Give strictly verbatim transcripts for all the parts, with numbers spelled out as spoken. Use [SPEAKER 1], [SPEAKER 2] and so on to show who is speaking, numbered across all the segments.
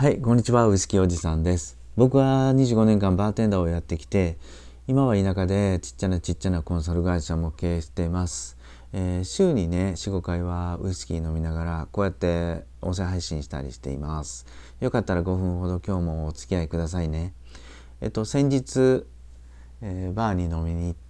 [SPEAKER 1] はい、こんにちは。ウイスキーおじさんです。僕はにじゅうごねんかんバーテンダーをやってきて、今は田舎でちっちゃなちっちゃなコンサル会社も経営しています。えー週にね、よん、ごかいはウイスキー飲みながら、こうやって音声配信したりしています。よかったらごふんほど今日もお付き合いくださいね。えっと、先日、えーバーに飲みに行って、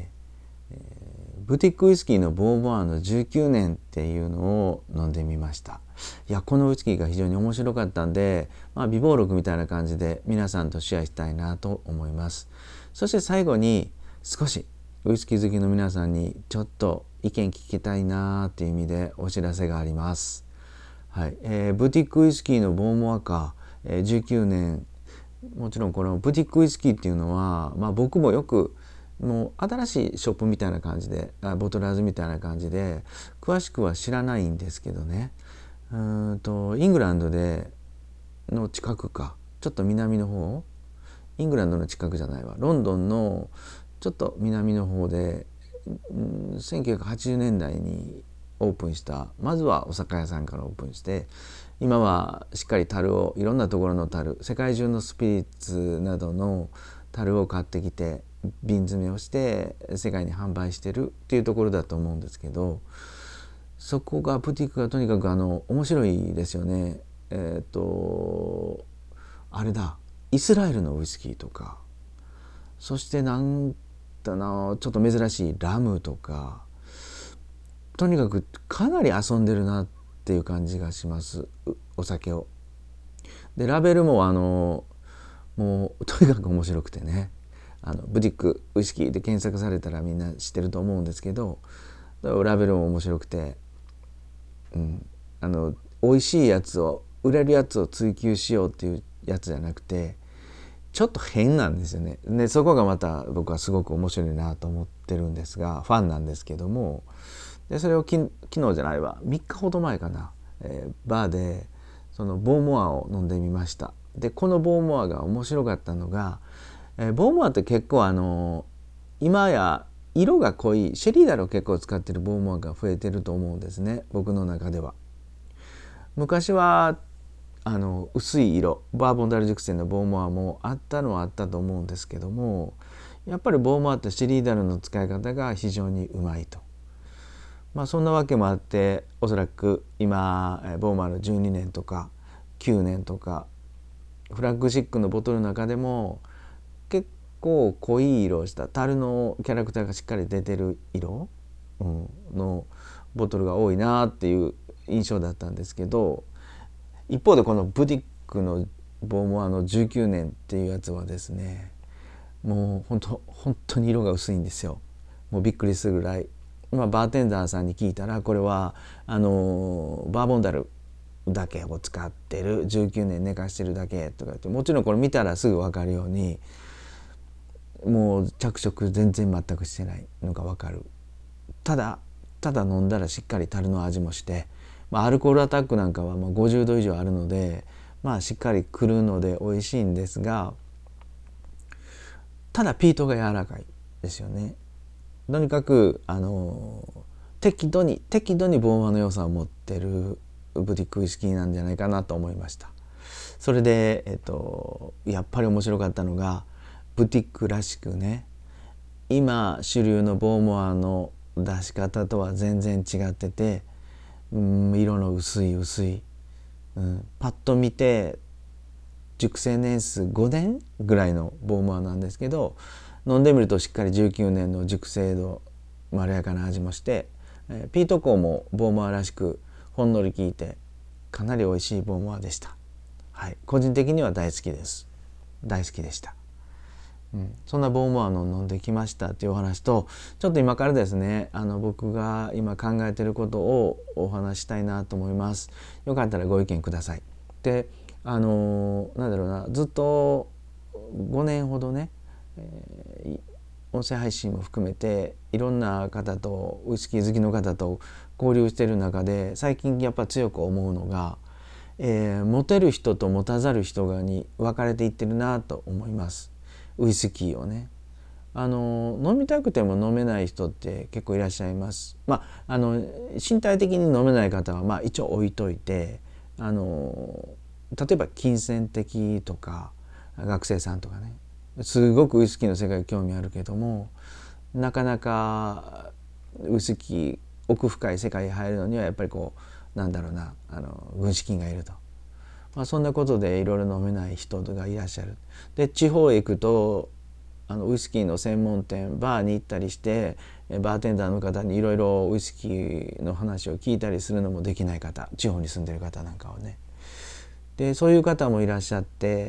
[SPEAKER 1] ブティックウイスキーのボーボワのじゅうきゅうねんっていうのを飲んでみました。いや、このウイスキーが非常に面白かったんで、まあ、備忘録みたいな感じで皆さんとシェアしたいなと思います。そして最後に少しウイスキー好きの皆さんにちょっと意見聞きたいなっていう意味でお知らせがあります。はい、えー、ブティックウイスキーのボーモアか、えー、じゅうきゅうねん、もちろんこのブティックウイスキーっていうのは、まあ、僕もよくもう新しいショップみたいな感じでボトラーズみたいな感じで詳しくは知らないんですけどね、うーんとイングランドでの近くか、ちょっと南の方、イングランドの近くじゃないわ、ロンドンのちょっと南の方で、うん、せんきゅうひゃくはちじゅうねんだいにオープンした、まずはお酒屋さんからオープンして、今はしっかり樽を、いろんなところの樽、世界中のスピリッツなどの樽を買ってきて瓶詰めをして世界に販売してるっていうところだと思うんですけど、そこがブティックがとにかくあの面白いですよね。えっ、とあれだ、イスラエルのウイスキーとか、そしてなんだな、ちょっと珍しいラムとか、とにかくかなり遊んでるなっていう感じがします、お酒を。でラベルもあのもうとにかく面白くてね、あのブティックウイスキーで検索されたらみんな知ってると思うんですけど、ラベルも面白くて、うん、あの美味しいやつを、売れるやつを追求しようっていうやつじゃなくて、ちょっと変なんですよね。でそこがまた僕はすごく面白いなと思ってるんですが、ファンなんですけども、でそれをき昨日じゃないわ、みっかほど前かな、えーバーでそのボーモアを飲んでみました。でこのボーモアが面白かったのが、えーボーモアって結構あの今や色が濃いシェリーダルを結構使ってるボーモアが増えてると思うんですね、僕の中では。昔はあの薄い色、バーボンダル熟成のボーモアもあったのはあったと思うんですけども、やっぱりボーモアってシェリーダルの使い方が非常にうまいと。まあそんなわけもあって、おそらく今ボーモアのじゅうにねんとかきゅうねんとかフラッグシックのボトルの中でも結構濃い色をした樽のキャラクターがしっかり出てる色、うん、のボトルが多いなっていう印象だったんですけど、一方でこのブティックのボーモアのじゅうきゅうねんっていうやつはですね、もう本当本当に色が薄いんですよ。もうびっくりするぐらい。まあ、バーテンダーさんに聞いたら、これはあのバーボンダルだけを使ってる、じゅうきゅうねん寝かしてるだけとか言って、もちろんこれ見たらすぐ分かるように、もう着色全然全くしてないのが分かる。ただただ飲んだらしっかり樽の味もして、まあ、アルコールアタックなんかはまあごじゅうど以上あるので、まあ、しっかりくるので美味しいんですが、ただピートが柔らかいですよね。とにかくあの適度に適度にボーマの良さを持ってるブティックウイスキーなんじゃないかなと思いました。それで、えっと、やっぱり面白かったのが、ブティックらしくね、今主流のボーモアの出し方とは全然違ってて、うん、色の薄い薄い、うん、パッと見て熟成年数ごねんぐらいのボーモアなんですけど、飲んでみるとしっかりじゅうきゅうねんの熟成度、まろやかな味もして、えーピート香もボーモアらしくほんのり効いて、かなり美味しいボーモアでした。はい、個人的には大好きです。大好きでした。うん、そんなボーモアの飲んできましたっていうお話と、ちょっと今からですね、あの僕が今考えていることをお話したいなと思います。よかったらご意見ください。で、あのなんだろうな、ずっとごねんほどね、えー音声配信も含めていろんな方と、ウイスキー好きの方と交流している中で、最近やっぱ強く思うのが、えー、モテる人と持たざる人がに分かれていってるなと思います。ウイスキーをね、あの飲みたくても飲めない人って結構いらっしゃいます。まああの身体的に飲めない方はまあ一応置いといて、あの例えば金銭的とか学生さんとかね、すごくウイスキーの世界に興味あるけども、なかなかウイスキー奥深い世界に入るのにはやっぱりこうなんだろうなあの軍資金がいると、まあ、そんなことでいろいろ飲めない人がいらっしゃる。で地方へ行くとあのウイスキーの専門店バーに行ったりしてバーテンダーの方にいろいろウイスキーの話を聞いたりするのもできない方、地方に住んでる方なんかはね。でそういう方もいらっしゃって、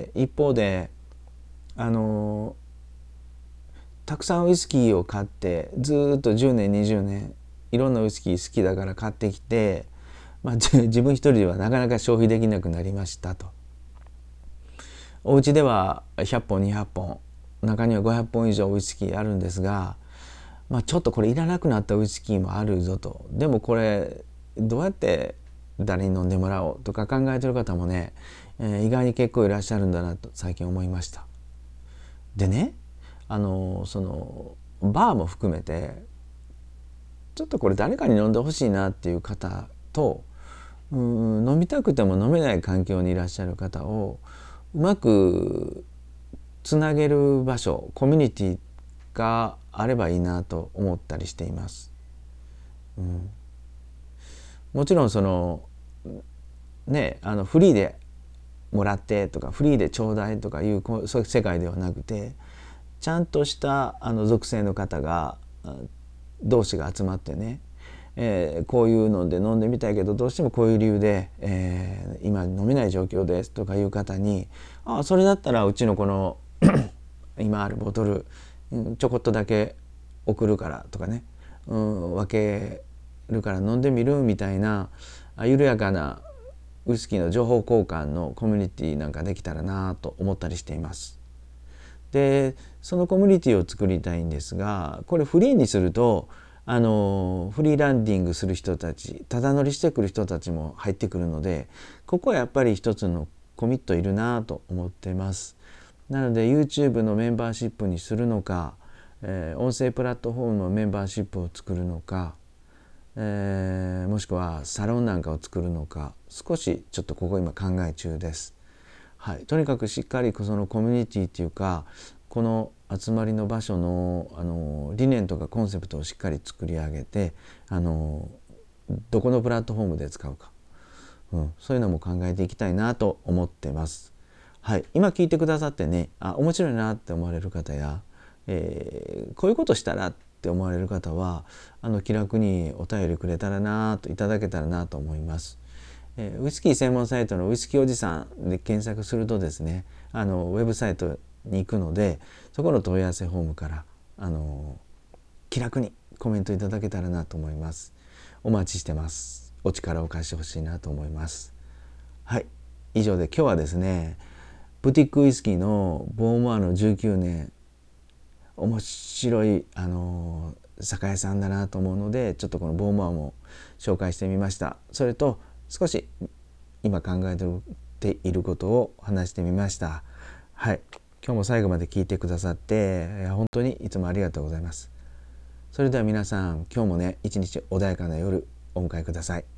[SPEAKER 1] 一方であのたくさんウイスキーを買ってずっとじゅうねんにじゅうねんいろんなウイスキー好きだから買ってきて、まあ、自分一人ではなかなか消費できなくなりましたと。お家ではひゃっぽんにひゃっぽん、中にはごひゃっぽん以上ウイスキーあるんですが、まあ、ちょっとこれいらなくなったウイスキーもあるぞと。でもこれどうやって誰に飲んでもらおうとか考えてる方もね、えー、意外に結構いらっしゃるんだなと最近思いました。でね、あのそのバーも含めてちょっとこれ誰かに飲んでほしいなっていう方と、うん飲みたくても飲めない環境にいらっしゃる方をうまくつなげる場所、コミュニティがあればいいなと思ったりしています。うん、もちろんそのねあのフリーでもらってとかフリーでちょうだいとかいうそういう世界ではなくて、ちゃんとしたあの属性の方が同士が集まってね、えー、こういうので飲んでみたいけどどうしてもこういう理由で、えー、今飲めない状況ですとかいう方に、ああそれだったらうちのこの今あるボトルちょこっとだけ送るからとかね、うん、分けるから飲んでみるみたいな緩やかなウイスキーの情報交換のコミュニティなんかできたらなと思ったりしています。でそのコミュニティを作りたいんですが、これフリーにするとあのフリーランディングする人たち、ただ乗りしてくる人たちも入ってくるので、ここはやっぱり一つのコミットいるなと思っています。なので YouTube のメンバーシップにするのか、えー、音声プラットフォームのメンバーシップを作るのか、えー、もしくはサロンなんかを作るのか、少しちょっとここ今考え中です。はい、とにかくしっかりそのコミュニティっていうかこの集まりの場所の、あの理念とかコンセプトをしっかり作り上げて、あのどこのプラットフォームで使うか、うん、そういうのも考えていきたいなと思ってます。はい、今聞いてくださってね、あ面白いなって思われる方や、えー、こういうことしたらって思われる方はあの気楽にお便りくれたらなといただけたらなと思います。えー、ウイスキー専門サイトのウイスキーおじさんで検索するとですね、あのウェブサイトに行くので、そこの問い合わせフォームからあの気楽にコメントいただけたらなと思います。お待ちしてます。お力を貸してほしいなと思います。はい、以上で今日はですね、ブティックウイスキーのボーモアのじゅうきゅうねん、面白いあの酒屋さんだなと思うので、ちょっとこのボーモアも紹介してみました。それと少し今考えていることを話してみました。はい、今日も最後まで聞いてくださって本当にいつもありがとうございます。それでは皆さん、今日もね一日穏やかな夜お迎えください。